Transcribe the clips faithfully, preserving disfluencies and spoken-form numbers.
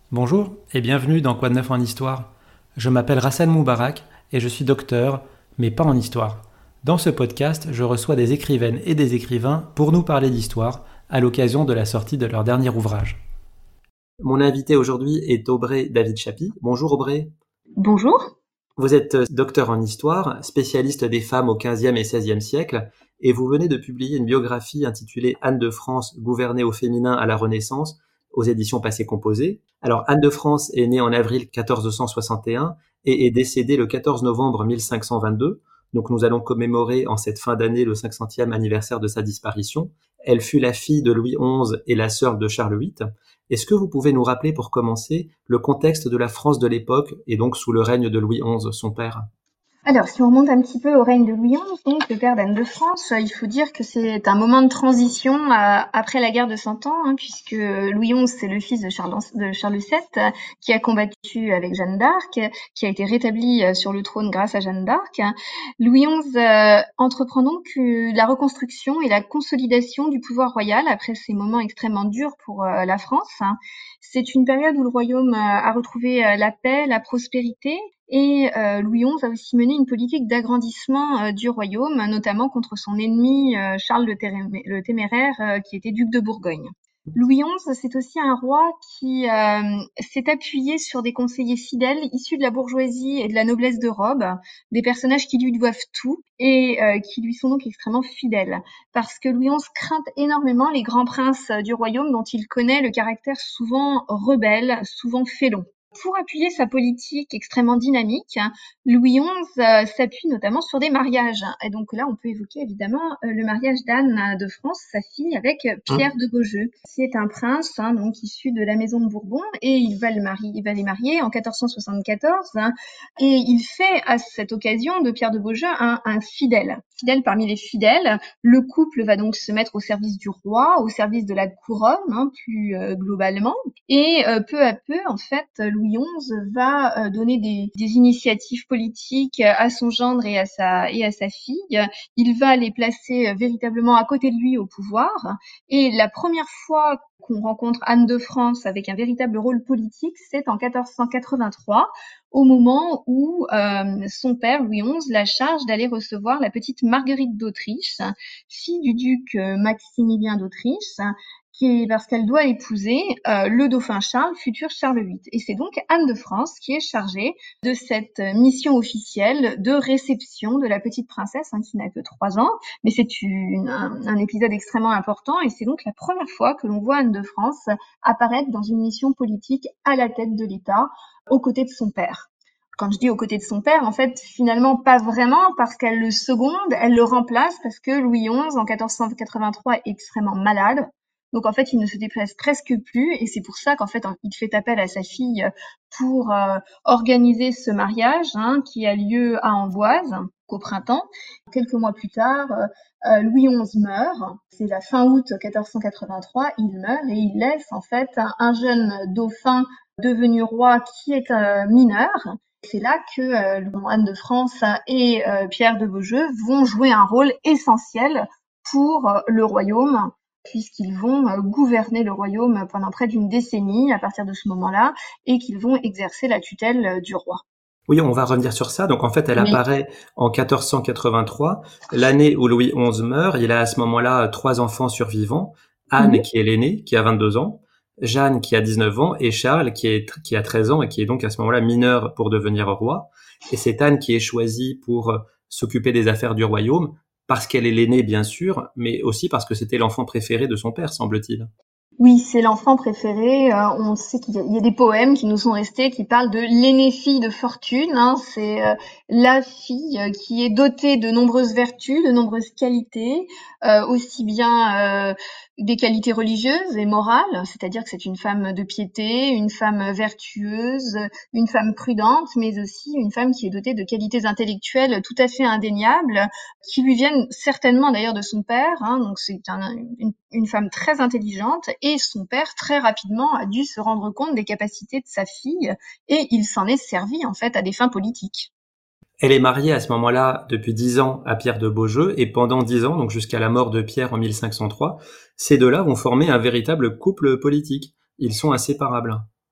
Bonjour et bienvenue dans Quoi de neuf en histoire. Je m'appelle Rassan Moubarak et je suis docteur, mais pas en histoire. Dans ce podcast, je reçois des écrivaines et des écrivains pour nous parler d'histoire à l'occasion de la sortie de leur dernier ouvrage. Mon invité aujourd'hui est Aubrey David Chapie. Bonjour Aubrey. Bonjour. Vous êtes docteur en histoire, spécialiste des femmes au quinzième et seizième siècle, et vous venez de publier une biographie intitulée Anne de France, gouvernée au féminin à la Renaissance, aux éditions Passé Composé. Alors, Anne de France est née en avril quatorze cent soixante et un et est décédée le quatorze novembre mille cinq cent vingt-deux. Donc, nous allons commémorer en cette fin d'année le cinq centième anniversaire de sa disparition. Elle fut la fille de Louis onze et la sœur de Charles huit. Est-ce que vous pouvez nous rappeler, pour commencer, le contexte de la France de l'époque et donc sous le règne de Louis onze, son père ? Alors, si on remonte un petit peu au règne de Louis onze, donc le père d'Anne de France, il faut dire que c'est un moment de transition euh, après la guerre de Cent Ans, hein, puisque Louis onze, c'est le fils de Charles, de Charles sept, euh, qui a combattu avec Jeanne d'Arc, qui a été rétabli euh, sur le trône grâce à Jeanne d'Arc. Louis onze euh, entreprend donc euh, la reconstruction et la consolidation du pouvoir royal après ces moments extrêmement durs pour euh, la France. Hein. C'est une période où le royaume euh, a retrouvé euh, la paix, la prospérité. Et euh, Louis onze a aussi mené une politique d'agrandissement euh, du royaume, notamment contre son ennemi euh, Charles le, Témé- le Téméraire, euh, qui était duc de Bourgogne. Louis onze, c'est aussi un roi qui euh, s'est appuyé sur des conseillers fidèles issus de la bourgeoisie et de la noblesse de robe, des personnages qui lui doivent tout et euh, qui lui sont donc extrêmement fidèles. Parce que Louis onze craint énormément les grands princes du royaume dont il connaît le caractère souvent rebelle, souvent félon. Pour appuyer sa politique extrêmement dynamique, Louis onze euh, s'appuie notamment sur des mariages. Et donc là, on peut évoquer évidemment euh, le mariage d'Anne de France, sa fille, avec Pierre de Beaujeu, qui est un prince hein, donc issu de la maison de Bourbon, et il va le marier, il va les marier en quatorze cent soixante-quatorze. Hein, et il fait à cette occasion de Pierre de Beaujeu un, un fidèle, fidèle parmi les fidèles. Le couple va donc se mettre au service du roi, au service de la couronne, hein, plus euh, globalement. Et euh, peu à peu, en fait, Louis onze va euh, donner des, des initiatives politiques à son gendre et à sa et à sa fille. Il va les placer euh, véritablement à côté de lui au pouvoir. Et la première fois qu'on rencontre Anne de France avec un véritable rôle politique, c'est en quatorze cent quatre-vingt-trois, au moment où euh, son père, Louis onze, la charge d'aller recevoir la petite Marguerite d'Autriche, fille du duc euh, Maximilien d'Autriche, qui est parce qu'elle doit épouser euh, le dauphin Charles, futur Charles huit. Et c'est donc Anne de France qui est chargée de cette mission officielle de réception de la petite princesse, hein, qui n'a que trois ans. Mais c'est une, un, un épisode extrêmement important et c'est donc la première fois que l'on voit Anne de France apparaître dans une mission politique à la tête de l'État, aux côtés de son père. Quand je dis aux côtés de son père, en fait, finalement, pas vraiment, parce qu'elle le seconde, elle le remplace, parce que Louis onze, en quatorze cent quatre-vingt-trois, est extrêmement malade. Donc en fait, il ne se déplace presque plus et c'est pour ça qu'en fait, il fait appel à sa fille pour euh, organiser ce mariage hein, qui a lieu à Amboise au printemps. Quelques mois plus tard, euh, Louis onze meurt. C'est la fin août quatorze cent quatre-vingt-trois, il meurt et il laisse en fait un, un jeune dauphin devenu roi qui est euh, mineur. C'est là que euh, Anne de France et euh, Pierre de Beaujeu vont jouer un rôle essentiel pour euh, le royaume, puisqu'ils vont euh, gouverner le royaume pendant près d'une décennie à partir de ce moment-là, et qu'ils vont exercer la tutelle euh, du roi. Oui, on va revenir sur ça. Donc en fait, elle Oui. apparaît en quatorze cent quatre-vingt-trois, l'année où Louis onze meurt. Il a à ce moment-là trois enfants survivants. Anne, Mhm. qui est l'aînée, qui a vingt-deux ans, Jeanne, qui a dix-neuf ans, et Charles, qui, est, qui a treize ans et qui est donc à ce moment-là mineur pour devenir roi. Et c'est Anne qui est choisie pour euh, s'occuper des affaires du royaume, parce qu'elle est l'aînée, bien sûr, mais aussi parce que c'était l'enfant préféré de son père, semble-t-il. Oui, c'est l'enfant préféré. Euh, on sait qu'il y a, il y a des poèmes qui nous sont restés qui parlent de l'aînée fille de fortune. Hein. C'est euh, la fille euh, qui est dotée de nombreuses vertus, de nombreuses qualités, euh, aussi bien euh, des qualités religieuses et morales, c'est-à-dire que c'est une femme de piété, une femme vertueuse, une femme prudente, mais aussi une femme qui est dotée de qualités intellectuelles tout à fait indéniables, qui lui viennent certainement d'ailleurs de son père. Hein. Donc c'est un, une, une femme très intelligente. Et son père, très rapidement, a dû se rendre compte des capacités de sa fille et il s'en est servi, en fait, à des fins politiques. Elle est mariée à ce moment-là depuis dix ans à Pierre de Beaujeu et pendant dix ans, donc jusqu'à la mort de Pierre en mille cinq cent trois, ces deux-là vont former un véritable couple politique. Ils sont inséparables.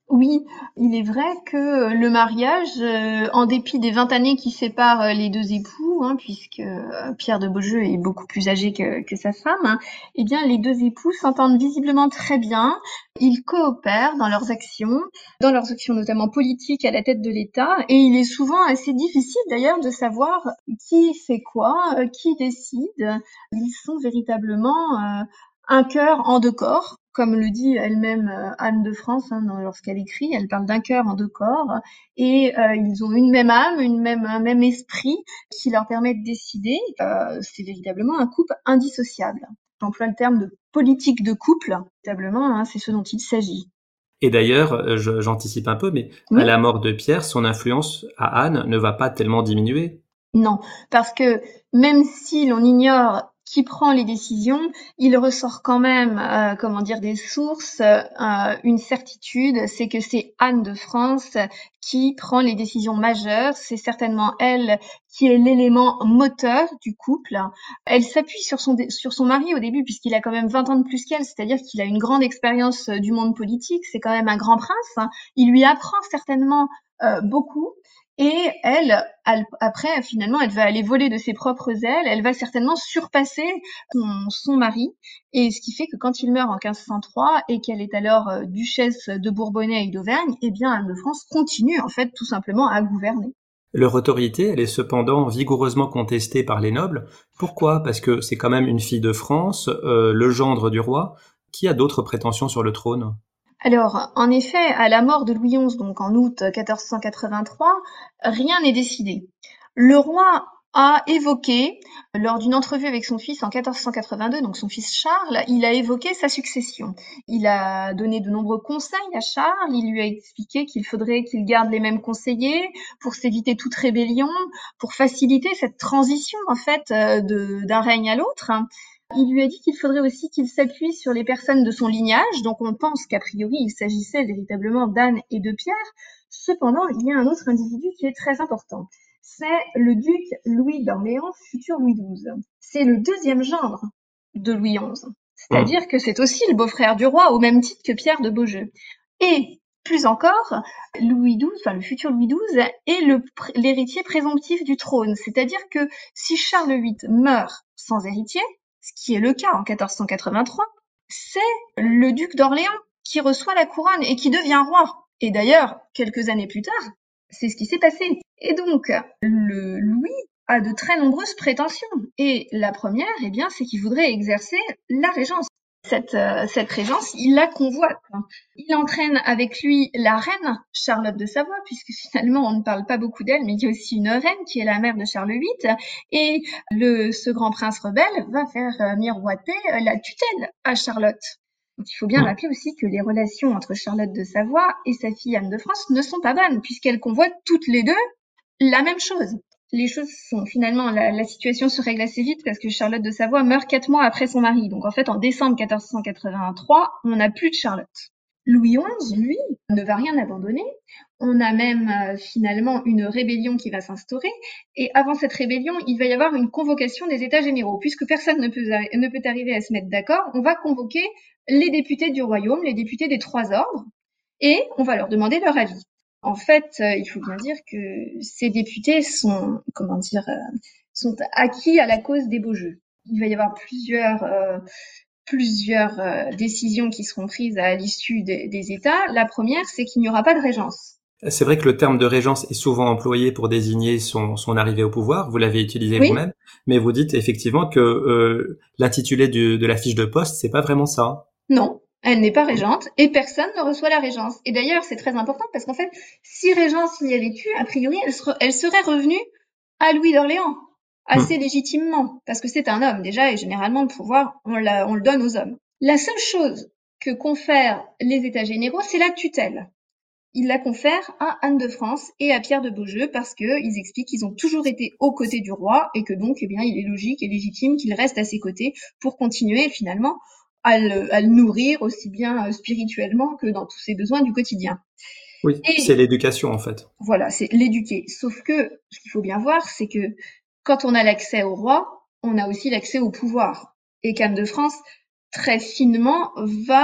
Oui, il est vrai que le mariage, euh, en dépit des vingt années qui séparent euh, les deux époux, hein, puisque euh, Pierre de Beaujeu est beaucoup plus âgé que, que sa femme, hein, eh bien les deux époux s'entendent visiblement très bien. Ils coopèrent dans leurs actions, dans leurs actions notamment politiques à la tête de l'État, et il est souvent assez difficile d'ailleurs de savoir qui fait quoi, euh, qui décide. Ils sont véritablement euh, un cœur en deux corps, comme le dit elle-même euh, Anne de France, hein, lorsqu'elle écrit, elle parle d'un cœur en deux corps, et euh, ils ont une même âme, une même, un même esprit qui leur permet de décider. Euh, c'est véritablement un couple indissociable. J'emploie le terme de politique de couple, véritablement, hein, c'est ce dont il s'agit. Et d'ailleurs, euh, je- j'anticipe un peu, mais à Oui. la mort de Pierre, son influence à Anne ne va pas tellement diminuer. Non, parce que même si l'on ignore qui prend les décisions, il ressort quand même, euh, comment dire, des sources, euh, une certitude, c'est que c'est Anne de France qui prend les décisions majeures. C'est certainement elle qui est l'élément moteur du couple. Elle s'appuie sur son sur son mari au début, puisqu'il a quand même vingt ans de plus qu'elle, c'est-à-dire qu'il a une grande expérience du monde politique. C'est quand même un grand prince, hein. Il lui apprend certainement euh, beaucoup. Et elle, elle, après, finalement, elle va aller voler de ses propres ailes, elle va certainement surpasser son, son mari, et ce qui fait que quand il meurt en quinze cent trois et qu'elle est alors euh, duchesse de Bourbonnais et d'Auvergne, eh bien Anne de France continue en fait tout simplement à gouverner. Leur autorité, elle est cependant vigoureusement contestée par les nobles. Pourquoi? Parce que c'est quand même une fille de France, euh, le gendre du roi, qui a d'autres prétentions sur le trône. Alors, en effet, à la mort de Louis onze, donc en août quatorze cent quatre-vingt-trois, rien n'est décidé. Le roi a évoqué, lors d'une entrevue avec son fils en quatorze cent quatre-vingt-deux, donc son fils Charles, il a évoqué sa succession. Il a donné de nombreux conseils à Charles, il lui a expliqué qu'il faudrait qu'il garde les mêmes conseillers pour s'éviter toute rébellion, pour faciliter cette transition en fait euh, de- d'un règne à l'autre. Il lui a dit qu'il faudrait aussi qu'il s'appuie sur les personnes de son lignage, donc on pense qu'a priori il s'agissait véritablement d'Anne et de Pierre. Cependant, il y a un autre individu qui est très important. C'est le duc Louis d'Orléans, futur Louis douze. C'est le deuxième gendre de Louis onze. Hmm. C'est-à-dire que c'est aussi le beau-frère du roi, au même titre que Pierre de Beaujeu. Et plus encore, Louis douze, enfin le futur Louis douze, est le, l'héritier présomptif du trône. C'est-à-dire que si Charles huit meurt sans héritier, ce qui est le cas en quatorze cent quatre-vingt-trois, c'est le duc d'Orléans qui reçoit la couronne et qui devient roi. Et d'ailleurs, quelques années plus tard, c'est ce qui s'est passé. Et donc, le Louis a de très nombreuses prétentions. Et la première, eh bien, c'est qu'il voudrait exercer la régence. Cette, euh, cette régence, il la convoite. Il entraîne avec lui la reine Charlotte de Savoie, puisque finalement on ne parle pas beaucoup d'elle, mais il y a aussi une reine qui est la mère de Charles huit, et le, ce grand prince rebelle va faire euh, miroiter euh, la tutelle à Charlotte. Donc il faut bien Hmm. rappeler aussi que les relations entre Charlotte de Savoie et sa fille Anne de France ne sont pas bonnes, puisqu'elles convoitent toutes les deux la même chose. Les choses sont finalement, la, la situation se règle assez vite parce que Charlotte de Savoie meurt quatre mois après son mari. Donc en fait, en décembre quatorze cent quatre-vingt-trois, on n'a plus de Charlotte. Louis onze, lui, ne va rien abandonner. On a même euh, finalement une rébellion qui va s'instaurer. Et avant cette rébellion, il va y avoir une convocation des États généraux. Puisque personne ne peut, ne peut arriver à se mettre d'accord, on va convoquer les députés du royaume, les députés des trois ordres, et on va leur demander leur avis. En fait, euh, il faut bien dire que ces députés sont, comment dire, euh, sont acquis à la cause des Beaujeu. Il va y avoir plusieurs, euh, plusieurs euh, décisions qui seront prises à l'issue des, des États. La première, c'est qu'il n'y aura pas de régence. C'est vrai que le terme de régence est souvent employé pour désigner son, son arrivée au pouvoir, vous l'avez utilisé Oui, vous-même, mais vous dites effectivement que euh, l'intitulé du- de la fiche de poste, c'est pas vraiment ça. non, elle n'est pas régente et personne ne reçoit la régence. Et d'ailleurs, c'est très important parce qu'en fait, si régence il y avait eu, a priori, elle, ser- elle serait revenue à Louis d'Orléans, Hmm. assez légitimement, parce que c'est un homme déjà, et généralement le pouvoir, on, la, on le donne aux hommes. La seule chose que confèrent les États généraux, c'est la tutelle. Ils la confèrent à Anne de France et à Pierre de Beaujeu parce qu'ils expliquent qu'ils ont toujours été aux côtés du roi et que donc, eh bien, il est logique et légitime qu'ils restent à ses côtés pour continuer finalement à le, à le nourrir aussi bien spirituellement que dans tous ses besoins du quotidien. Oui, c'est Et l'éducation en fait. voilà, c'est l'éduquer. Sauf que ce qu'il faut bien voir, c'est que quand on a l'accès au roi, on a aussi l'accès au pouvoir. Et qu'Anne de France, très finement, va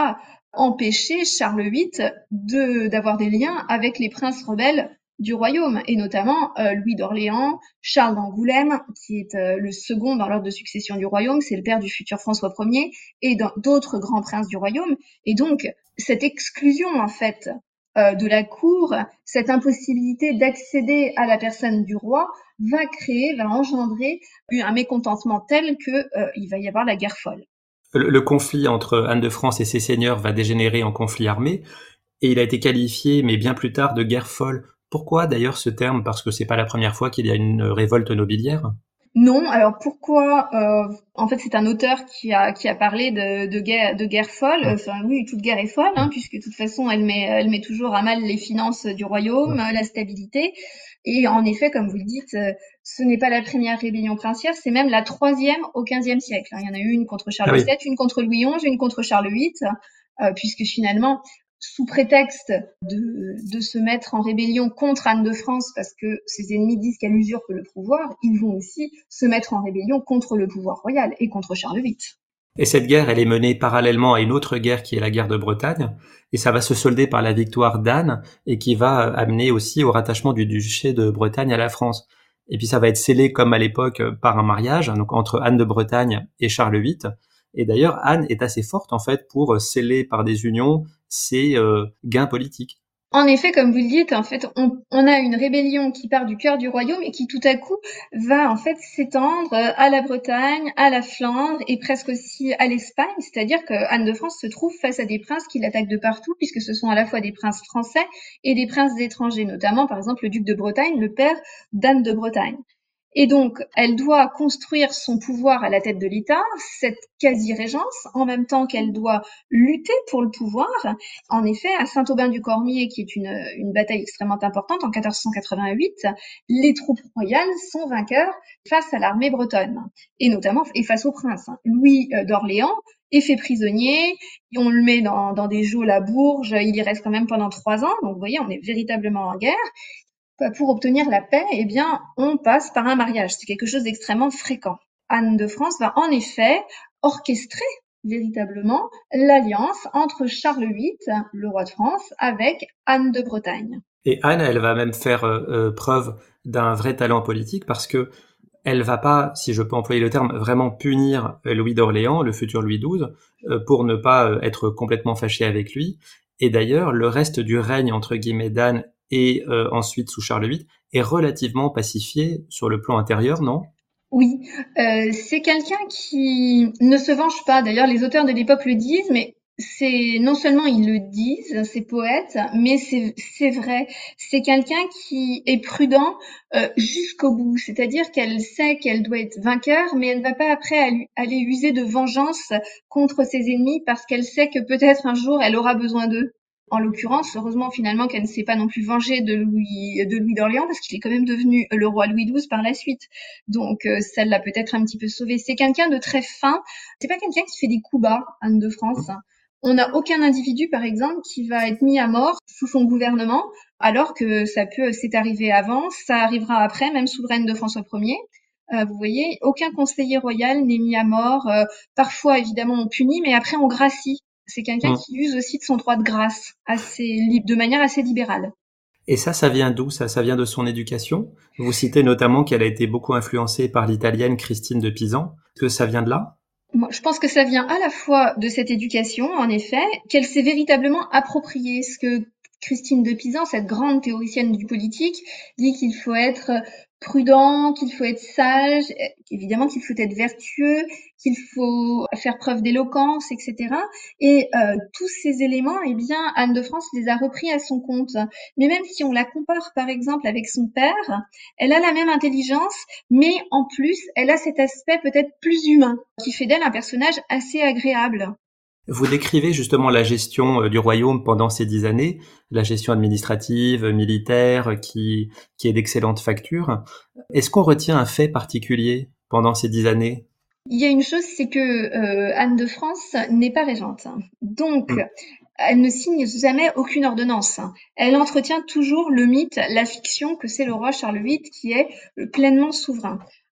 empêcher Charles huit de, d'avoir des liens avec les princes rebelles du royaume, et notamment euh, Louis d'Orléans, Charles d'Angoulême, qui est euh, le second dans l'ordre de succession du royaume, c'est le père du futur François Ier, et dans d'autres grands princes du royaume. Et donc, cette exclusion, en fait, euh, de la cour, cette impossibilité d'accéder à la personne du roi, va créer, va engendrer un mécontentement tel que euh, il va y avoir la guerre folle. Le, le conflit entre Anne de France et ses seigneurs va dégénérer en conflit armé, et il a été qualifié, mais bien plus tard, de guerre folle. Pourquoi d'ailleurs ce terme? Parce que c'est pas la première fois qu'il y a une révolte nobiliaire. Non, alors pourquoi euh, En fait, c'est un auteur qui a qui a parlé de, de guerre de guerre folle. Hum, Enfin, oui, toute guerre est folle, hein, hum, puisque de toute façon, elle met elle met toujours à mal les finances du royaume, hum. la stabilité. Et en effet, comme vous le dites, euh, ce n'est pas la première rébellion princière, c'est même la troisième au quinzième siècle. Il y en a eu une contre Ah Charles oui. sept, une contre Louis onze, une contre Charles huit, euh, puisque finalement, sous prétexte de, de se mettre en rébellion contre Anne de France parce que ses ennemis disent qu'elle usurpe le pouvoir, ils vont aussi se mettre en rébellion contre le pouvoir royal et contre Charles huit. Et cette guerre, elle est menée parallèlement à une autre guerre qui est la guerre de Bretagne, et ça va se solder par la victoire d'Anne, et qui va euh, amener aussi au rattachement du duché de Bretagne à la France. Et puis ça va être scellé comme à l'époque euh, par un mariage, donc entre Anne de Bretagne et Charles huit. Et d'ailleurs, Anne est assez forte en fait pour euh, sceller par des unions ses euh, gains politiques. En effet, comme vous le dites, en fait, on, on a une rébellion qui part du cœur du royaume et qui tout à coup va en fait s'étendre à la Bretagne, à la Flandre et presque aussi à l'Espagne. C'est-à-dire que Anne de France se trouve face à des princes qui l'attaquent de partout, puisque ce sont à la fois des princes français et des princes étrangers, notamment par exemple le duc de Bretagne, le père d'Anne de Bretagne. Et donc, elle doit construire son pouvoir à la tête de l'État, cette quasi-régence, en même temps qu'elle doit lutter pour le pouvoir. En effet, à Saint-Aubin-du-Cormier, qui est une, une bataille extrêmement importante en quatorze cent quatre-vingt-huit, les troupes royales sont vainqueurs face à l'armée bretonne, et notamment et face au prince. Louis d'Orléans est fait prisonnier, on le met dans, dans des geôles à Bourges, il y reste quand même pendant trois ans, donc vous voyez, on est véritablement en guerre. Pour obtenir la paix, eh bien, on passe par un mariage. C'est quelque chose d'extrêmement fréquent. Anne de France va en effet orchestrer véritablement l'alliance entre Charles huit, le roi de France, avec Anne de Bretagne. Et Anne, elle va même faire euh, euh, preuve d'un vrai talent politique parce que elle va pas, si je peux employer le terme, vraiment punir Louis d'Orléans, le futur Louis douze, euh, pour ne pas euh, être complètement fâché avec lui. Et d'ailleurs, le reste du règne entre guillemets d'Anne et euh, ensuite sous Charles huit est relativement pacifié sur le plan intérieur, non? Oui, euh, c'est quelqu'un qui ne se venge pas. D'ailleurs, les auteurs de l'époque le disent, mais c'est non seulement ils le disent, ces poètes, mais c'est c'est vrai. C'est quelqu'un qui est prudent euh, jusqu'au bout. C'est-à-dire qu'elle sait qu'elle doit être vainqueur, mais elle ne va pas après aller user de vengeance contre ses ennemis parce qu'elle sait que peut-être un jour elle aura besoin d'eux. En l'occurrence, heureusement finalement qu'elle ne s'est pas non plus vengée de Louis de Louis d'Orléans parce qu'il est quand même devenu le roi Louis douze par la suite. Donc euh, ça l'a peut-être un petit peu sauvé. C'est quelqu'un de très fin. C'est pas quelqu'un qui fait des coups bas, Anne de France. On n'a aucun individu, par exemple, qui va être mis à mort sous son gouvernement, alors que ça peut, c'est arrivé avant, ça arrivera après, même sous le règne de François Ier. Euh, vous voyez, aucun conseiller royal n'est mis à mort. Euh, parfois, évidemment, on punit, mais après, on gracie. C'est quelqu'un Mm. qui use aussi de son droit de grâce, assez, de manière assez libérale. Et ça, ça vient d'où? Ça, ça vient de son éducation. Vous citez notamment qu'elle a été beaucoup influencée par l'italienne Christine de Pisan. Est-ce que ça vient de là? Moi, je pense que ça vient à la fois de cette éducation, en effet, qu'elle s'est véritablement appropriée. Ce que Christine de Pisan, cette grande théoricienne du politique, dit qu'il faut être prudent, qu'il faut être sage, évidemment qu'il faut être vertueux, qu'il faut faire preuve d'éloquence, et cetera. Et euh, tous ces éléments, eh bien, Anne de France les a repris à son compte. Mais même si on la compare, par exemple, avec son père, elle a la même intelligence, mais en plus, elle a cet aspect peut-être plus humain, qui fait d'elle un personnage assez agréable. Vous décrivez justement la gestion euh, du royaume pendant ces dix années, la gestion administrative, militaire, qui, qui est d'excellente facture. Est-ce qu'on retient un fait particulier pendant ces dix années? Il y a une chose, c'est que euh, Anne de France n'est pas régente. Donc, Hmm. elle ne signe jamais aucune ordonnance. Elle entretient toujours le mythe, la fiction que c'est le roi Charles huit qui est pleinement souverain.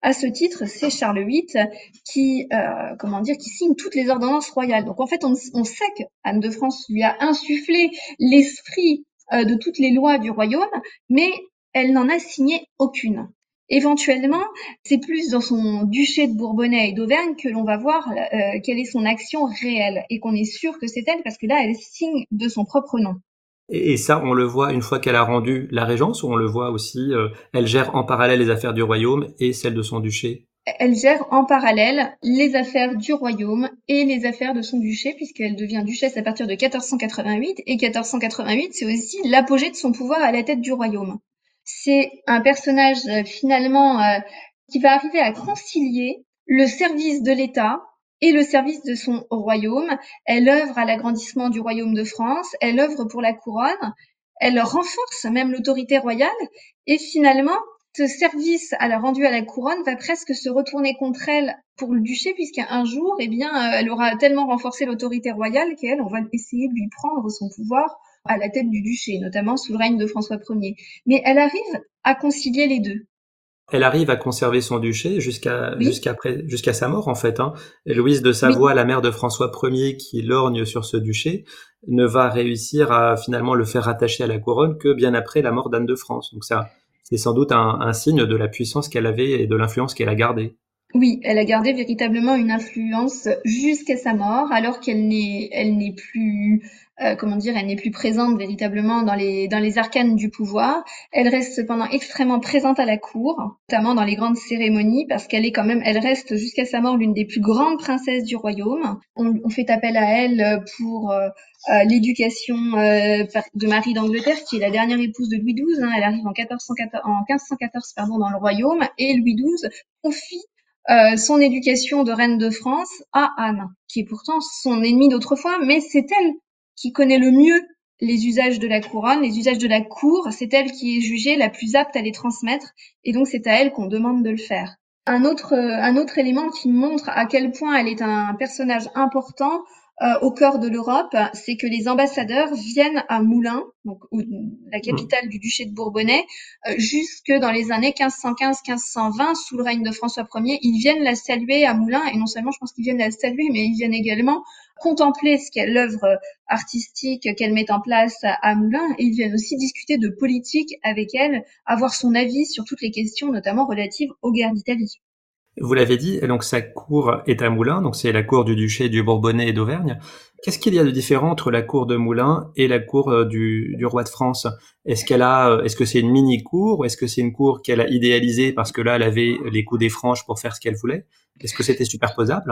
À ce titre, c'est Charles huit qui, euh, comment dire, qui signe toutes les ordonnances royales. Donc en fait, on, on sait qu'Anne de France lui a insufflé l'esprit euh, de toutes les lois du royaume, mais elle n'en a signé aucune. Éventuellement, c'est plus dans son duché de Bourbonnais et d'Auvergne que l'on va voir euh, quelle est son action réelle et qu'on est sûr que c'est elle parce que là, elle signe de son propre nom. Et, et ça, on le voit une fois qu'elle a rendu la régence, ou on le voit aussi, euh, elle gère en parallèle les affaires du royaume et celles de son duché. Elle gère en parallèle les affaires du royaume et les affaires de son duché, puisqu'elle devient duchesse à partir de quatorze cent quatre-vingt-huit, et quatorze cent quatre-vingt-huit, c'est aussi l'apogée de son pouvoir à la tête du royaume. C'est un personnage euh, finalement euh, qui va arriver à concilier le service de l'État et le service de son royaume. Elle œuvre à l'agrandissement du royaume de France, elle œuvre pour la couronne, elle renforce même l'autorité royale, et finalement, ce service à la rendu à la couronne va presque se retourner contre elle pour le duché, puisqu'un jour, eh bien, euh, elle aura tellement renforcé l'autorité royale qu'elle, on va essayer de lui prendre son pouvoir à la tête du duché, notamment sous le règne de François Ier. Mais elle arrive à concilier les deux. Elle arrive à conserver son duché jusqu'à Oui, jusqu'après jusqu'à sa mort en fait. Hein. Louise de oui, Savoie, la mère de François Ier, qui lorgne sur ce duché, ne va réussir à finalement le faire rattacher à la couronne que bien après la mort d'Anne de France. Donc ça, c'est sans doute un, un signe de la puissance qu'elle avait et de l'influence qu'elle a gardée. oui, elle a gardé véritablement une influence jusqu'à sa mort, alors qu'elle n'est, elle n'est plus, euh, comment dire, elle n'est plus présente véritablement dans les dans les arcanes du pouvoir. Elle reste cependant extrêmement présente à la cour, notamment dans les grandes cérémonies, parce qu'elle est quand même, elle reste jusqu'à sa mort l'une des plus grandes princesses du royaume. On, on fait appel à elle pour euh, euh, l'éducation euh, de Marie d'Angleterre, qui est la dernière épouse de Louis douze. Hein. Elle arrive en, quatorze cent quatorze, en quinze cent quatorze pardon, dans le royaume, et Louis douze confie euh, son éducation de reine de France à Anne, qui est pourtant son ennemie d'autrefois, mais c'est elle qui connaît le mieux les usages de la couronne, les usages de la cour, c'est elle qui est jugée la plus apte à les transmettre, et donc c'est à elle qu'on demande de le faire. Un autre, euh, un autre élément qui montre à quel point elle est un personnage important euh, au cœur de l'Europe, c'est que les ambassadeurs viennent à Moulins, donc où, la capitale du duché de Bourbonnais, euh, jusque dans les années quinze cent quinze quinze cent vingt, sous le règne de François Ier. Ils viennent la saluer à Moulins, et non seulement je pense qu'ils viennent la saluer, mais ils viennent également contempler ce qu'est l'œuvre artistique qu'elle met en place à Moulins, et ils viennent aussi discuter de politique avec elle, avoir son avis sur toutes les questions, notamment relatives aux guerres d'Italie. Vous l'avez dit, donc sa cour est à Moulins, donc c'est la cour du duché du Bourbonnais et d'Auvergne. Qu'est-ce qu'il y a de différent entre la cour de Moulins et la cour du, du roi de France? Est-ce qu'elle a, est-ce que c'est une mini cour, ou est-ce que c'est une cour qu'elle a idéalisée parce que là elle avait les coups des franges pour faire ce qu'elle voulait? Est-ce que c'était superposable?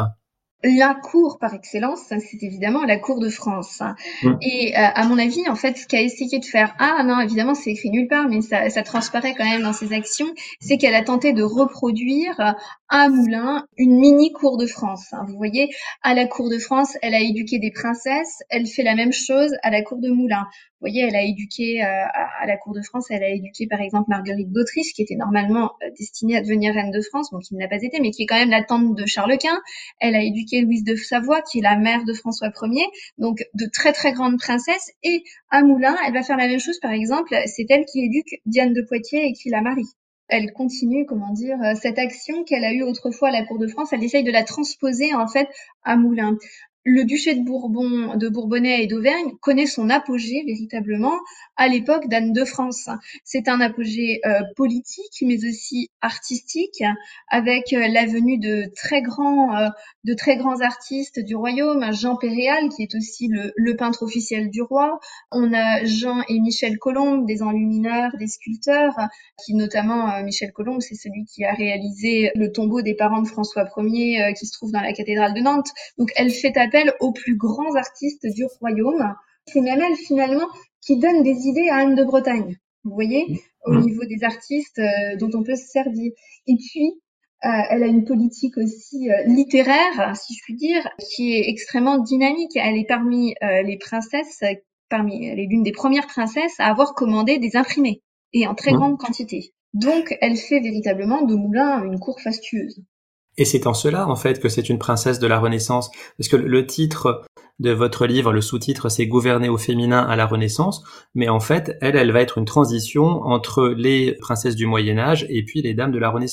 La cour par excellence, c'est évidemment la cour de France. Mmh. Et euh, à mon avis, en fait, ce qu'a essayé de faire, ah non, évidemment, c'est écrit nulle part, mais ça, ça transparaît quand même dans ses actions, c'est qu'elle a tenté de reproduire à Moulins une mini cour de France. Vous voyez, à la cour de France, elle a éduqué des princesses, elle fait la même chose à la cour de Moulins. Vous voyez, elle a éduqué euh, à la cour de France, elle a éduqué par exemple Marguerite d'Autriche, qui était normalement euh, destinée à devenir reine de France, bon, qui ne l'a pas été, mais qui est quand même la tante de Charles Quint. Elle a éduqué Louise de Savoie, qui est la mère de François Ier, donc de très très grandes princesses. Et à Moulins, elle va faire la même chose, par exemple, c'est elle qui éduque Diane de Poitiers et qui la marie. Elle continue, comment dire, cette action qu'elle a eue autrefois à la cour de France, elle essaye de la transposer en fait à Moulins. Le duché de Bourbon, de Bourbonnais et d'Auvergne connaît son apogée véritablement à l'époque d'Anne de France. C'est un apogée euh, politique, mais aussi artistique, avec euh, la venue de très grands, euh, de très grands artistes du royaume. Jean Péréal, qui est aussi le, le peintre officiel du roi. On a Jean et Michel Colomb, des enlumineurs, des sculpteurs, qui notamment euh, Michel Colomb, c'est celui qui a réalisé le tombeau des parents de François Ier, euh, qui se trouve dans la cathédrale de Nantes. Donc elle fait appel aux plus grands artistes du royaume. C'est même elle finalement qui donne des idées à Anne de Bretagne, vous voyez, au Mmh. niveau des artistes euh, dont on peut se servir. Et puis, euh, elle a une politique aussi euh, littéraire, si je puis dire, qui est extrêmement dynamique. Elle est parmi euh, les princesses, parmi, elle est l'une des premières princesses à avoir commandé des imprimés, et en très Mmh. grande quantité. Donc, elle fait véritablement de Moulins une cour fastueuse. Et c'est en cela, en fait, que c'est une princesse de la Renaissance. Parce que le titre de votre livre, le sous-titre, c'est Gouverner au féminin à la Renaissance. Mais en fait, elle, elle va être une transition entre les princesses du Moyen-Âge et puis les dames de la Renaissance.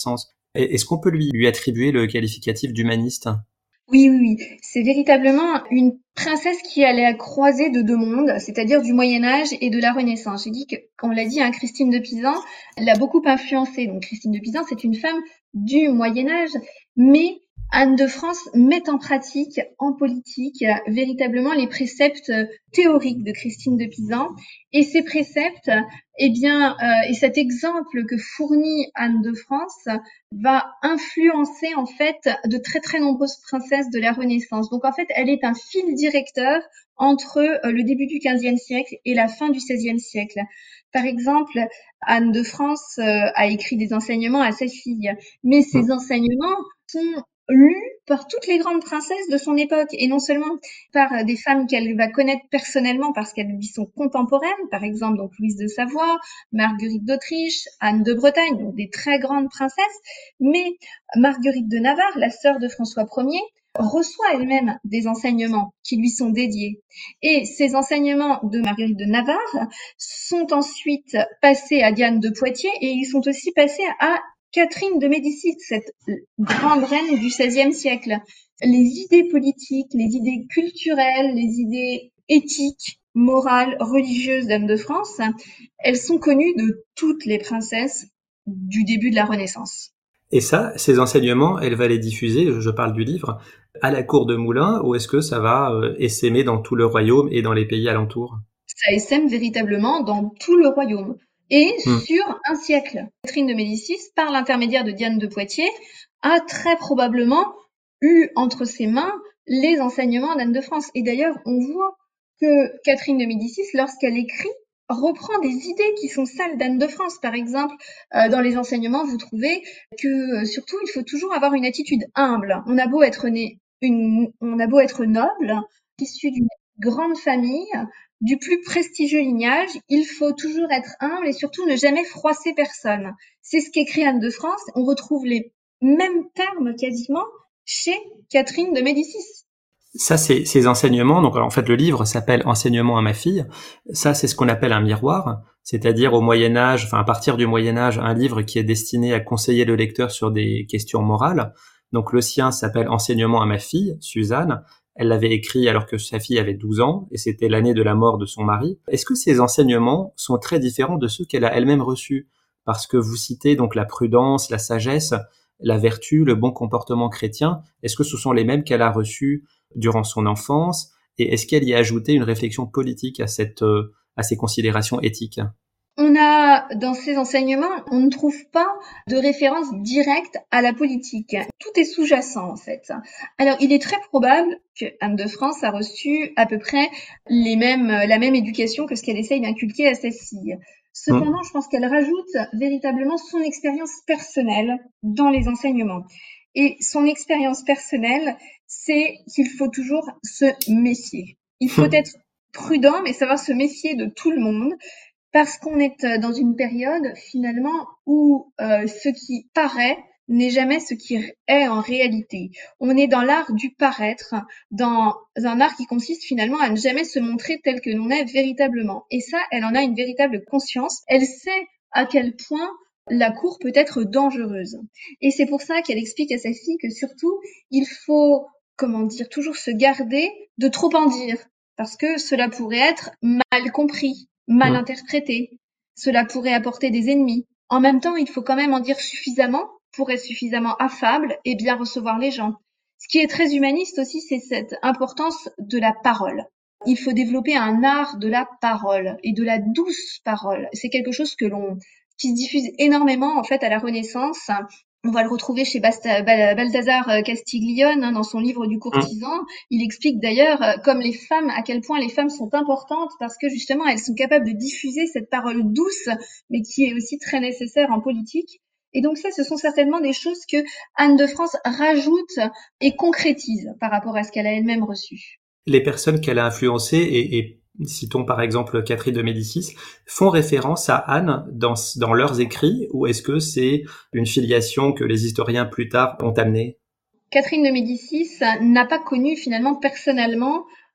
Et est-ce qu'on peut lui, lui attribuer le qualificatif d'humaniste? Oui, oui, oui. C'est véritablement une princesse qui allait à croisée de deux mondes, c'est-à-dire du Moyen-Âge et de la Renaissance. J'ai dit que, comme on l'a dit, hein, Christine de Pisan l'a beaucoup influencée. Donc, Christine de Pisan, c'est une femme du Moyen-Âge, mais Anne de France met en pratique, en politique, véritablement les préceptes théoriques de Christine de Pisan. Et ces préceptes, eh bien, euh, et cet exemple que fournit Anne de France va influencer en fait de très très nombreuses princesses de la Renaissance. Donc en fait, elle est un fil directeur entre euh, le début du quinzième siècle et la fin du seizième siècle. Par exemple, Anne de France euh, a écrit des enseignements à sa fille, mais ces enseignements sont lus par toutes les grandes princesses de son époque, et non seulement par des femmes qu'elle va connaître personnellement parce qu'elles lui sont contemporaines, par exemple donc Louise de Savoie, Marguerite d'Autriche, Anne de Bretagne, donc des très grandes princesses, mais Marguerite de Navarre, la sœur de François Ier, reçoit elle-même des enseignements qui lui sont dédiés. Et ces enseignements de Marguerite de Navarre sont ensuite passés à Diane de Poitiers et ils sont aussi passés à Catherine de Médicis, cette grande reine du seizième siècle. Les idées politiques, les idées culturelles, les idées éthiques, morales, religieuses d'Anne de France, elles sont connues de toutes les princesses du début de la Renaissance. Et ça, ces enseignements, elle va les diffuser, je parle du livre, à la cour de Moulins, ou est-ce que ça va euh, essaimer dans tout le royaume et dans les pays alentours? Ça essaime véritablement dans tout le royaume. Et Hmm. sur un siècle, Catherine de Médicis, par l'intermédiaire de Diane de Poitiers, a très probablement eu entre ses mains les enseignements d'Anne de France. Et d'ailleurs, on voit que Catherine de Médicis, lorsqu'elle écrit, reprend des idées qui sont celles d'Anne de France. Par exemple, euh, dans les enseignements, vous trouvez que euh, surtout, il faut toujours avoir une attitude humble. On a beau être né, une, on a beau être noble, issu d'une grande famille, du plus prestigieux lignage, il faut toujours être humble et surtout ne jamais froisser personne. C'est ce qu'écrit Anne de France. On retrouve les mêmes termes quasiment chez Catherine de Médicis. Ça, c'est ces enseignements. Donc, en fait, le livre s'appelle Enseignement à ma fille. Ça, c'est ce qu'on appelle un miroir, c'est-à-dire au Moyen Âge, enfin à partir du Moyen Âge, un livre qui est destiné à conseiller le lecteur sur des questions morales. Donc, le sien s'appelle Enseignement à ma fille, Suzanne. Elle l'avait écrit alors que sa fille avait douze ans et c'était l'année de la mort de son mari. Est-ce que ces enseignements sont très différents de ceux qu'elle a elle-même reçus? Parce que vous citez donc la prudence, la sagesse, la vertu, le bon comportement chrétien. Est-ce que ce sont les mêmes qu'elle a reçus durant son enfance? Et est-ce qu'elle y a ajouté une réflexion politique à cette, euh, à ces considérations éthiques? On a, dans ces enseignements, on ne trouve pas de référence directe à la politique. Tout est sous-jacent, en fait. Alors, il est très probable que Anne de France a reçu à peu près les mêmes, la même éducation que ce qu'elle essaye d'inculquer à sa fille. Hmm. Cependant, je pense qu'elle rajoute véritablement son expérience personnelle dans les enseignements. Et son expérience personnelle, c'est qu'il faut toujours se méfier. Il faut être prudent, mais savoir se méfier de tout le monde. Parce qu'on est dans une période finalement où euh, ce qui paraît n'est jamais ce qui est en réalité. On est dans l'art du paraître, dans un art qui consiste finalement à ne jamais se montrer tel que l'on est véritablement. Et ça, elle en a une véritable conscience. Elle sait à quel point la cour peut être dangereuse. Et c'est pour ça qu'elle explique à sa fille que surtout, il faut, comment dire, toujours se garder de trop en dire. Parce que cela pourrait être mal compris, mal Hmm. interprété. Cela pourrait apporter des ennemis. En même temps, il faut quand même en dire suffisamment pour être suffisamment affable et bien recevoir les gens. Ce qui est très humaniste aussi, c'est cette importance de la parole. Il faut développer un art de la parole et de la douce parole. C'est quelque chose que l'on qui se diffuse énormément en fait à la Renaissance. On va le retrouver chez Basta, Balthazar Castiglione hein, dans son livre du Hmm. courtisan. Il explique d'ailleurs, comme les femmes, à quel point les femmes sont importantes parce que justement elles sont capables de diffuser cette parole douce, mais qui est aussi très nécessaire en politique. Et donc ça, ce sont certainement des choses que Anne de France rajoute et concrétise par rapport à ce qu'elle a elle-même reçu. Les personnes qu'elle a influencées, et, et citons par exemple Catherine de Médicis, font référence à Anne dans, dans leurs écrits, ou est-ce que c'est une filiation que les historiens plus tard ont amenée? Catherine de Médicis n'a pas connu finalement personnellement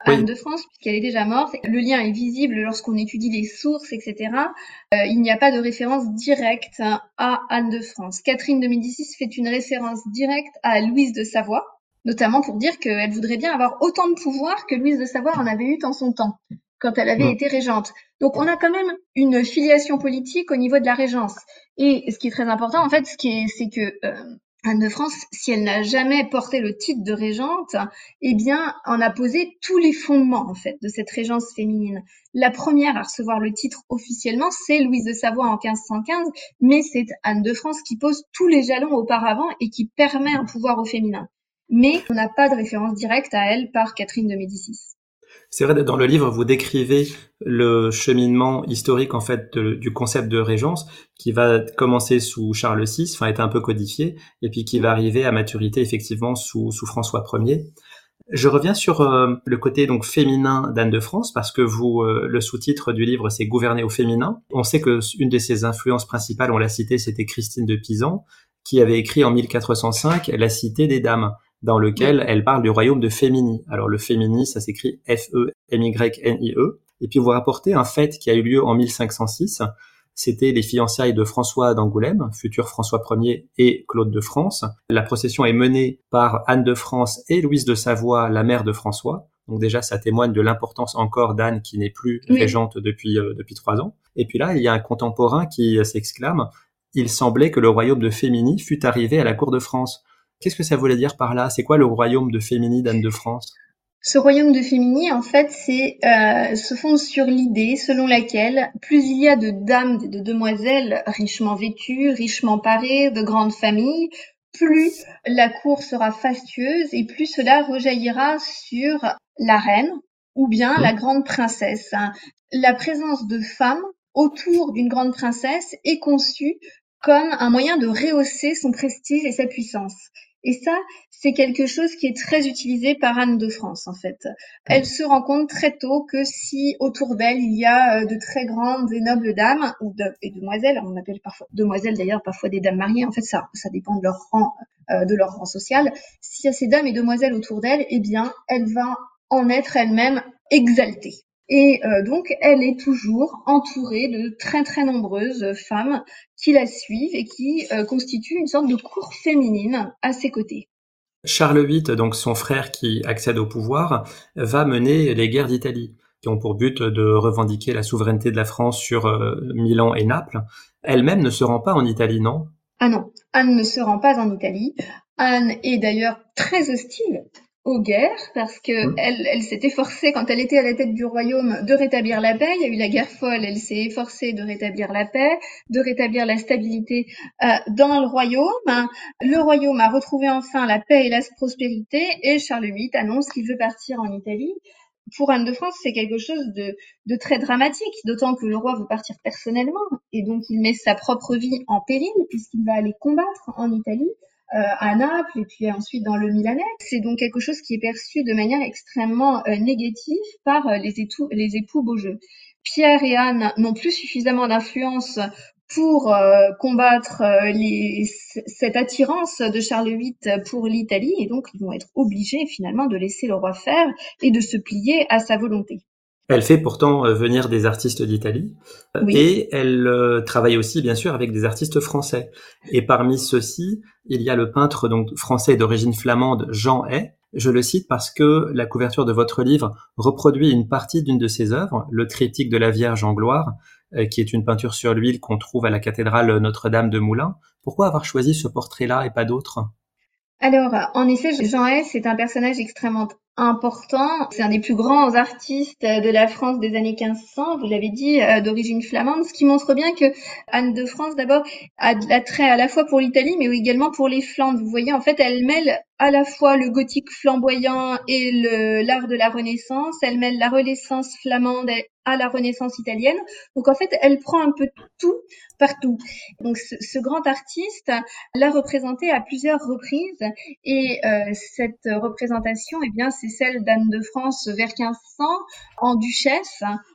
Anne Oui. de France, puisqu'elle est déjà morte. Le lien est visible lorsqu'on étudie les sources, et cetera. Euh, il n'y a pas de référence directe à Anne de France. Catherine de Médicis fait une référence directe à Louise de Savoie, notamment pour dire qu'elle voudrait bien avoir autant de pouvoir que Louise de Savoie en avait eu en son temps, quand elle avait Mm. été régente. Donc on a quand même une filiation politique au niveau de la régence. Et ce qui est très important, en fait, ce qui est, c'est que euh, Anne de France, si elle n'a jamais porté le titre de régente, eh bien, en a posé tous les fondements, en fait, de cette régence féminine. La première à recevoir le titre officiellement, c'est Louise de Savoie en quinze cent quinze, mais c'est Anne de France qui pose tous les jalons auparavant et qui permet un pouvoir au féminin. Mais on n'a pas de référence directe à elle par Catherine de Médicis. C'est vrai, dans le livre, vous décrivez le cheminement historique en fait de- du concept de régence qui va commencer sous Charles six, enfin être un peu codifié, et puis qui va arriver à maturité effectivement sous, sous François Ier. Je reviens sur euh, le côté donc féminin d'Anne de France parce que vous, euh, le sous-titre du livre, c'est Gouverner au féminin. On sait que une de ses influences principales, on l'a cité, c'était Christine de Pisan, qui avait écrit en mille quatre cent cinq La Cité des Dames, dans lequel Oui. elle parle du royaume de Féminie. Alors le Féminie, ça s'écrit F E M Y N I E. Et puis vous rapportez un fait qui a eu lieu en mille cinq cent six. C'était les fiançailles de François d'Angoulême, futur François Ier, et Claude de France. La procession est menée par Anne de France et Louise de Savoie, la mère de François. Donc déjà, ça témoigne de l'importance encore d'Anne qui n'est plus Oui. régente depuis euh, depuis trois ans. Et puis là, il y a un contemporain qui euh, s'exclame « Il semblait que le royaume de Féminie fût arrivé à la cour de France ». Qu'est-ce que ça voulait dire par là? C'est quoi le royaume de Féminie d'Anne de France? Ce royaume de Féminie, en fait, c'est euh, se fonde sur l'idée selon laquelle plus il y a de dames et de demoiselles richement vêtues, richement parées, de grandes familles, plus la cour sera fastueuse et plus cela rejaillira sur la reine ou bien la Hmm. grande princesse. La présence de femmes autour d'une grande princesse est conçue comme un moyen de rehausser son prestige et sa puissance. Et ça, c'est quelque chose qui est très utilisé par Anne de France, en fait. Elle se rend compte très tôt que si autour d'elle, il y a de très grandes et nobles dames, ou de, et demoiselles, on appelle parfois demoiselles d'ailleurs, parfois des dames mariées, en fait, ça, ça dépend de leur rang, euh, de leur rang social. S'il y a ces dames et demoiselles autour d'elle, eh bien, elle va en être elle-même exaltée. Et euh, donc, elle est toujours entourée de très très nombreuses femmes qui la suivent et qui euh, constituent une sorte de cour féminine à ses côtés. Charles huit, donc son frère qui accède au pouvoir, va mener les guerres d'Italie, qui ont pour but de revendiquer la souveraineté de la France sur euh, Milan et Naples. Elle-même ne se rend pas en Italie, non? Ah non, Anne ne se rend pas en Italie. Anne est d'ailleurs très hostile aux guerres parce que Hmm. elle, elle s'est efforcée quand elle était à la tête du royaume de rétablir la paix. Il y a eu la guerre folle, elle s'est efforcée de rétablir la paix, de rétablir la stabilité euh, dans le royaume. Le royaume a retrouvé enfin la paix et la prospérité et Charles huit annonce qu'il veut partir en Italie. Pour Anne de France, c'est quelque chose de, de très dramatique, d'autant que le roi veut partir personnellement, et donc il met sa propre vie en péril, puisqu'il va aller combattre en Italie, euh, à Naples, et puis ensuite dans le Milanais. C'est donc quelque chose qui est perçu de manière extrêmement euh, négative par euh, les, époux, les époux Beaujeu. Pierre et Anne n'ont plus suffisamment d'influence pour euh, combattre euh, les, cette attirance de Charles huit pour l'Italie, et donc ils vont être obligés finalement de laisser le roi faire et de se plier à sa volonté. Elle fait pourtant euh, venir des artistes d'Italie euh, Oui. et elle euh, travaille aussi bien sûr avec des artistes français. Et parmi ceux-ci, il y a le peintre donc français d'origine flamande Jean Hay. Je le cite parce que la couverture de votre livre reproduit une partie d'une de ses œuvres, le triptyque de la Vierge en gloire, euh, qui est une peinture sur l'huile qu'on trouve à la cathédrale Notre-Dame de Moulins. Pourquoi avoir choisi ce portrait-là et pas d'autres? Alors, en effet, Jean Hay, c'est un personnage extrêmement important. C'est un des plus grands artistes de la France des années quinze cents, vous l'avez dit, euh, d'origine flamande, ce qui montre bien que Anne de France, d'abord, a de l'attrait à la fois pour l'Italie, mais également pour les Flandres. Vous voyez, en fait, elle mêle à la fois le gothique flamboyant et le, l'art de la Renaissance. Elle mêle la Renaissance flamande à la Renaissance italienne. Donc, en fait, elle prend un peu tout partout. Donc, ce, ce grand artiste l'a représenté à plusieurs reprises et euh, cette représentation, eh bien, c'est celle d'Anne de France vers quinze cents en duchesse,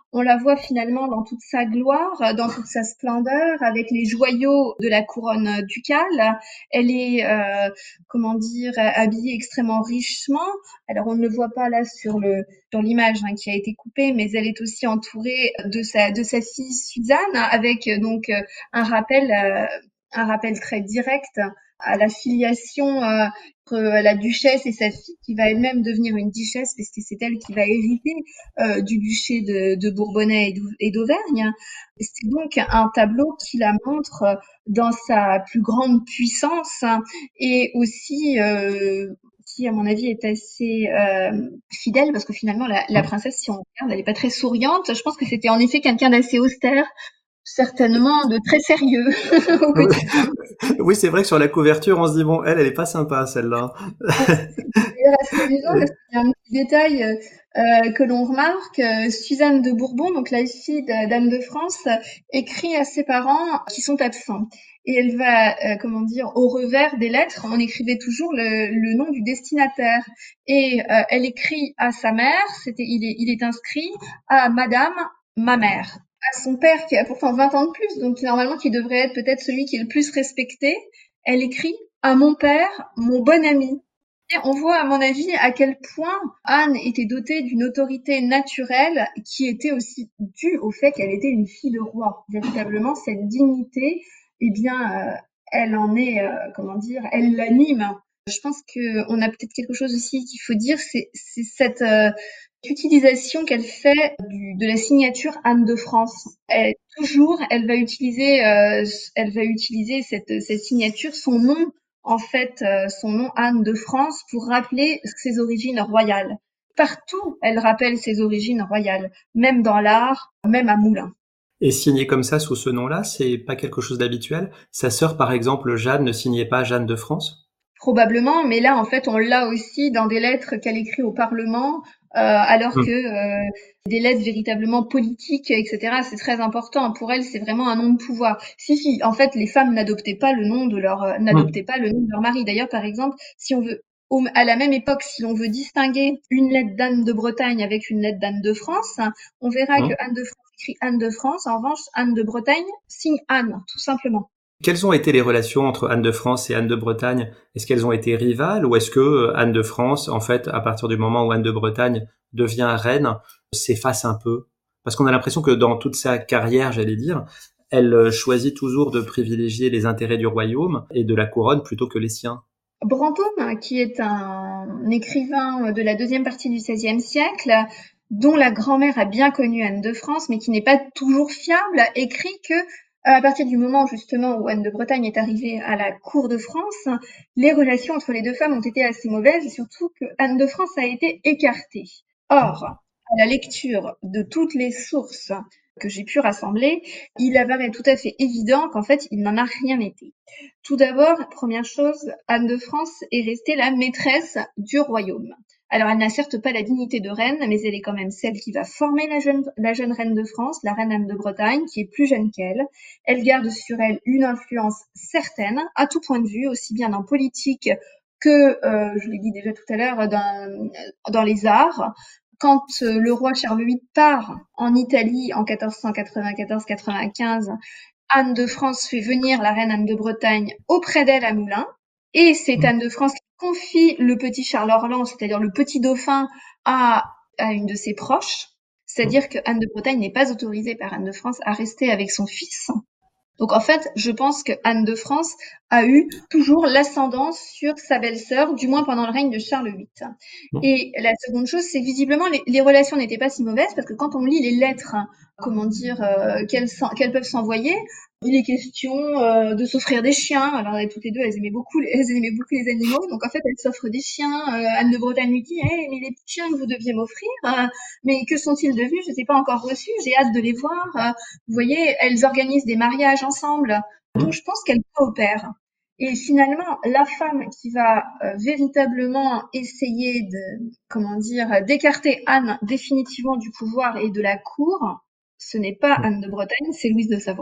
on la voit finalement dans toute sa gloire, dans toute sa splendeur, avec les joyaux de la couronne ducale. Elle est, euh, comment dire, habillée extrêmement richement. Alors on ne le voit pas là sur le sur l'image hein, qui a été coupée, mais elle est aussi entourée de sa de sa fille Suzanne, avec donc un rappel euh, un rappel très direct à la filiation euh, entre la duchesse et sa fille, qui va elle-même devenir une duchesse, parce que c'est elle qui va hériter euh, du duché de, de Bourbonnais et d'Auvergne. C'est donc un tableau qui la montre dans sa plus grande puissance hein, et aussi euh, qui, à mon avis, est assez euh, fidèle, parce que finalement, la, la princesse, si on regarde, elle n'est pas très souriante. Je pense que c'était en effet quelqu'un d'assez austère, certainement de très sérieux au quotidien. Oui, c'est vrai que sur la couverture, on se dit, bon, elle, elle est pas sympa, celle-là. Ouais, c'est d'ailleurs assez amusant parce qu'il y a un petit détail euh, euh, que l'on remarque. euh, Suzanne de Bourbon, donc la fille de- d'Anne de France, euh, écrit à ses parents qui sont absents. Et elle va, euh, comment dire, au revers des lettres, on écrivait toujours le, le nom du destinataire. Et euh, elle écrit à sa mère, c'était, il est, il est inscrit à Madame, ma mère. À son père qui a pourtant vingt ans de plus, donc normalement qui devrait être peut-être celui qui est le plus respecté, elle écrit à mon père, mon bon ami. Et on voit, à mon avis, à quel point Anne était dotée d'une autorité naturelle qui était aussi due au fait qu'elle était une fille de roi. Véritablement, cette dignité, eh bien, euh, elle en est, euh, comment dire, elle l'anime. Je pense qu'on a peut-être quelque chose aussi qu'il faut dire, c'est, c'est cette euh, utilisation qu'elle fait du, de la signature Anne de France. Elle, toujours, elle va utiliser, euh, elle va utiliser cette, cette signature, son nom en fait euh, son nom Anne de France pour rappeler ses origines royales. Partout, elle rappelle ses origines royales, même dans l'art, même à Moulins. Et signer comme ça sous ce nom-là, c'est pas quelque chose d'habituel. Sa sœur, par exemple, Jeanne, ne signait pas Jeanne de France. Probablement, mais là, en fait, on l'a aussi dans des lettres qu'elle écrit au Parlement, euh, alors que Hmm. euh, des lettres véritablement politiques, et cetera. C'est très important. Pour elle, c'est vraiment un nom de pouvoir. Si, si, en fait, les femmes n'adoptaient pas le nom de leur, euh, Hmm. n'adoptaient pas le nom de leur mari. D'ailleurs, par exemple, si on veut, au- à la même époque, si l'on veut distinguer une lettre d'Anne de Bretagne avec une lettre d'Anne de France, hein, on verra que Hmm. Anne de France écrit Anne de France. En revanche, Anne de Bretagne signe Anne, tout simplement. Quelles ont été les relations entre Anne de France et Anne de Bretagne? Est-ce qu'elles ont été rivales ou est-ce que euh, Anne de France, en fait, à partir du moment où Anne de Bretagne devient reine, s'efface un peu? Parce qu'on a l'impression que dans toute sa carrière, j'allais dire, elle euh, choisit toujours de privilégier les intérêts du royaume et de la couronne plutôt que les siens. Brantôme, qui est un écrivain de la deuxième partie du seizième siècle, dont la grand-mère a bien connu Anne de France, mais qui n'est pas toujours fiable, écrit que à partir du moment justement où Anne de Bretagne est arrivée à la cour de France, les relations entre les deux femmes ont été assez mauvaises et surtout que Anne de France a été écartée. Or, à la lecture de toutes les sources que j'ai pu rassembler, il apparaît tout à fait évident qu'en fait, il n'en a rien été. Tout d'abord, première chose, Anne de France est restée la maîtresse du royaume. Alors, elle n'a certes pas la dignité de reine, mais elle est quand même celle qui va former la jeune, la jeune reine de France, la reine Anne de Bretagne, qui est plus jeune qu'elle. Elle garde sur elle une influence certaine, à tout point de vue, aussi bien en politique que, euh, je l'ai dit déjà tout à l'heure, dans, dans les arts. Quand euh, le roi Charles huit part en Italie en quatorze cent quatre-vingt-quatorze quatre-vingt-quinze, Anne de France fait venir la reine Anne de Bretagne auprès d'elle à Moulins, et c'est Anne de France qui confie le petit Charles Orlan, c'est-à-dire le petit dauphin, à, à une de ses proches. C'est-à-dire que Anne de Bretagne n'est pas autorisée par Anne de France à rester avec son fils. Donc en fait, je pense que Anne de France a eu toujours l'ascendance sur sa belle-sœur, du moins pendant le règne de Charles huit. Et la seconde chose, c'est que visiblement les, les relations n'étaient pas si mauvaises parce que quand on lit les lettres, hein, comment dire, euh, qu'elles, qu'elles peuvent s'envoyer, il est question euh, de s'offrir des chiens. Alors toutes les deux, elles aimaient beaucoup, elles aimaient beaucoup les animaux, donc en fait elles s'offrent des chiens. Euh, Anne de Bretagne lui dit, hey, mais les petits chiens que vous deviez m'offrir, euh, mais que sont-ils devenus? Je ne les ai pas encore reçus, j'ai hâte de les voir. Euh, vous voyez, elles organisent des mariages ensemble. Donc je pense qu'elles coopèrent. Et finalement, la femme qui va euh, véritablement essayer de, comment dire, d'écarter Anne définitivement du pouvoir et de la cour, ce n'est pas Anne de Bretagne, c'est Louise de Savoie.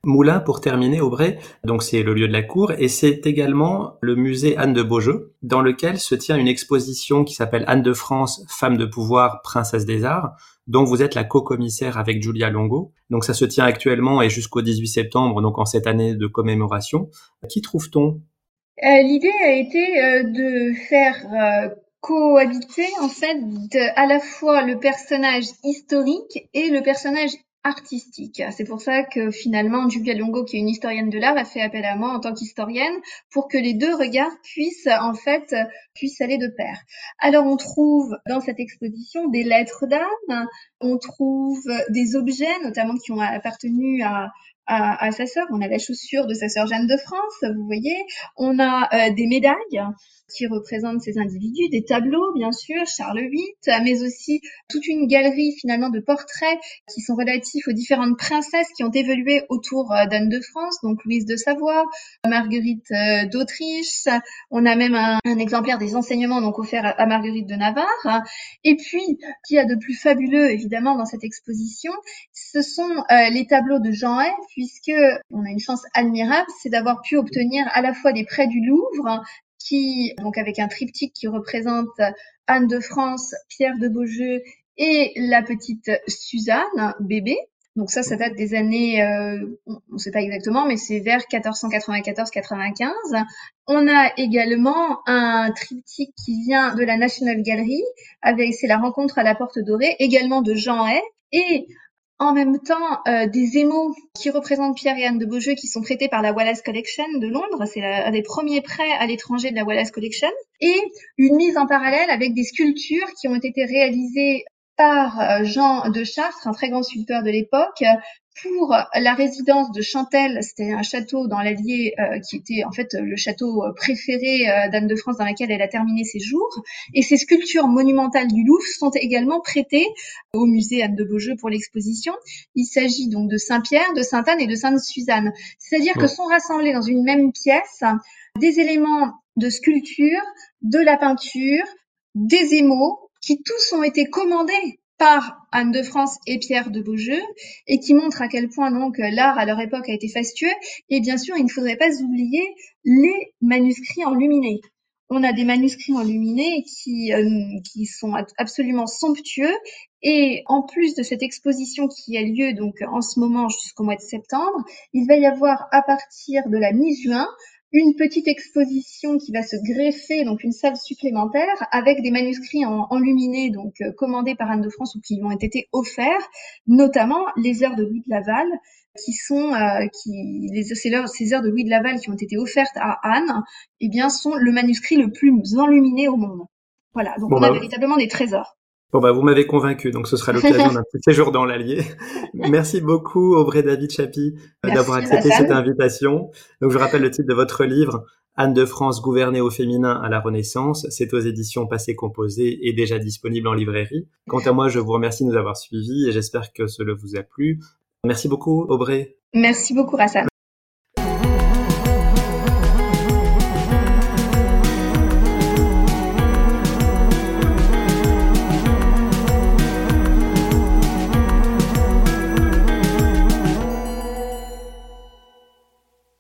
Moulins, pour terminer, Aubray, donc c'est le lieu de la cour, et c'est également le musée Anne de Beaujeu, dans lequel se tient une exposition qui s'appelle Anne de France, femme de pouvoir, princesse des arts, dont vous êtes la co-commissaire avec Julia Longo. Donc ça se tient actuellement et jusqu'au dix-huit septembre, donc en cette année de commémoration. Qui trouve-t-on ? Euh, l'idée a été euh, de faire euh, cohabiter en fait de, à la fois le personnage historique et le personnage artistique. C'est pour ça que finalement Julia Longo, qui est une historienne de l'art, a fait appel à moi en tant qu'historienne pour que les deux regards puissent en fait puissent aller de pair. Alors on trouve dans cette exposition des lettres d'âme, on trouve des objets notamment qui ont appartenu à à, à sa sœur. On a la chaussure de sa sœur Jeanne de France, vous voyez. On a euh, des médailles qui représentent ces individus, des tableaux bien sûr, Charles huit, mais aussi toute une galerie finalement de portraits qui sont relatifs aux différentes princesses qui ont évolué autour d'Anne de France, donc Louise de Savoie, Marguerite d'Autriche. On a même un, un exemplaire des enseignements donc offerts à Marguerite de Navarre. Et puis, ce qu'il y a de plus fabuleux évidemment dans cette exposition, ce sont euh, les tableaux de Jean Hay, puisque on a une chance admirable, c'est d'avoir pu obtenir à la fois des prêts du Louvre, qui, donc avec un triptyque qui représente Anne de France, Pierre de Beaujeu et la petite Suzanne, bébé. Donc ça, ça date des années, euh, on ne sait pas exactement, mais c'est vers quatorze cent quatre-vingt-quatorze quatre-vingt-quinze. On a également un triptyque qui vient de la National Gallery, avec c'est la rencontre à la Porte Dorée, également de Jean Hay, et en même temps euh, des émaux qui représentent Pierre et Anne de Beaujeu qui sont prêtés par la Wallace Collection de Londres. C'est la, un des premiers prêts à l'étranger de la Wallace Collection. Et une mise en parallèle avec des sculptures qui ont été réalisées par Jean de Chartres, un très grand sculpteur de l'époque, pour la résidence de Chantelle. C'était un château dans l'Allier euh, qui était en fait le château préféré euh, d'Anne de France, dans lequel elle a terminé ses jours. Et ces sculptures monumentales du Louvre sont également prêtées au musée Anne de Beaujeu pour l'exposition. Il s'agit donc de Saint-Pierre, de Sainte-Anne et de Sainte-Suzanne. C'est-à-dire que sont rassemblés dans une même pièce des éléments de sculpture, de la peinture, des émaux, qui tous ont été commandés par Anne de France et Pierre de Beaujeu, et qui montrent à quel point donc l'art à leur époque a été fastueux. Et bien sûr, il ne faudrait pas oublier les manuscrits enluminés. On a des manuscrits enluminés qui, euh, qui sont absolument somptueux. Et en plus de cette exposition qui a lieu donc en ce moment jusqu'au mois de septembre, il va y avoir à partir de la mi-juin une petite exposition qui va se greffer, donc une salle supplémentaire avec des manuscrits en, enluminés, donc euh, commandés par Anne de France ou qui lui ont été offerts, notamment les heures de Louis de Laval, qui sont, euh, qui, les, ces, heures, ces heures de Louis de Laval qui ont été offertes à Anne, eh bien, sont le manuscrit le plus enluminé au monde. Voilà, donc bon, on bah, a véritablement des trésors. Bon bah vous m'avez convaincu, donc ce sera l'occasion d'un petit séjour dans l'Allier. Merci beaucoup Aubray David Chapy d'avoir accepté cette invitation. Donc je rappelle le titre de votre livre, Anne de France gouvernée au féminin à la Renaissance. C'est aux éditions Passé Composé et déjà disponible en librairie. Quant à moi, je vous remercie de nous avoir suivis et j'espère que cela vous a plu. Merci beaucoup Aubray. Merci beaucoup Rassan.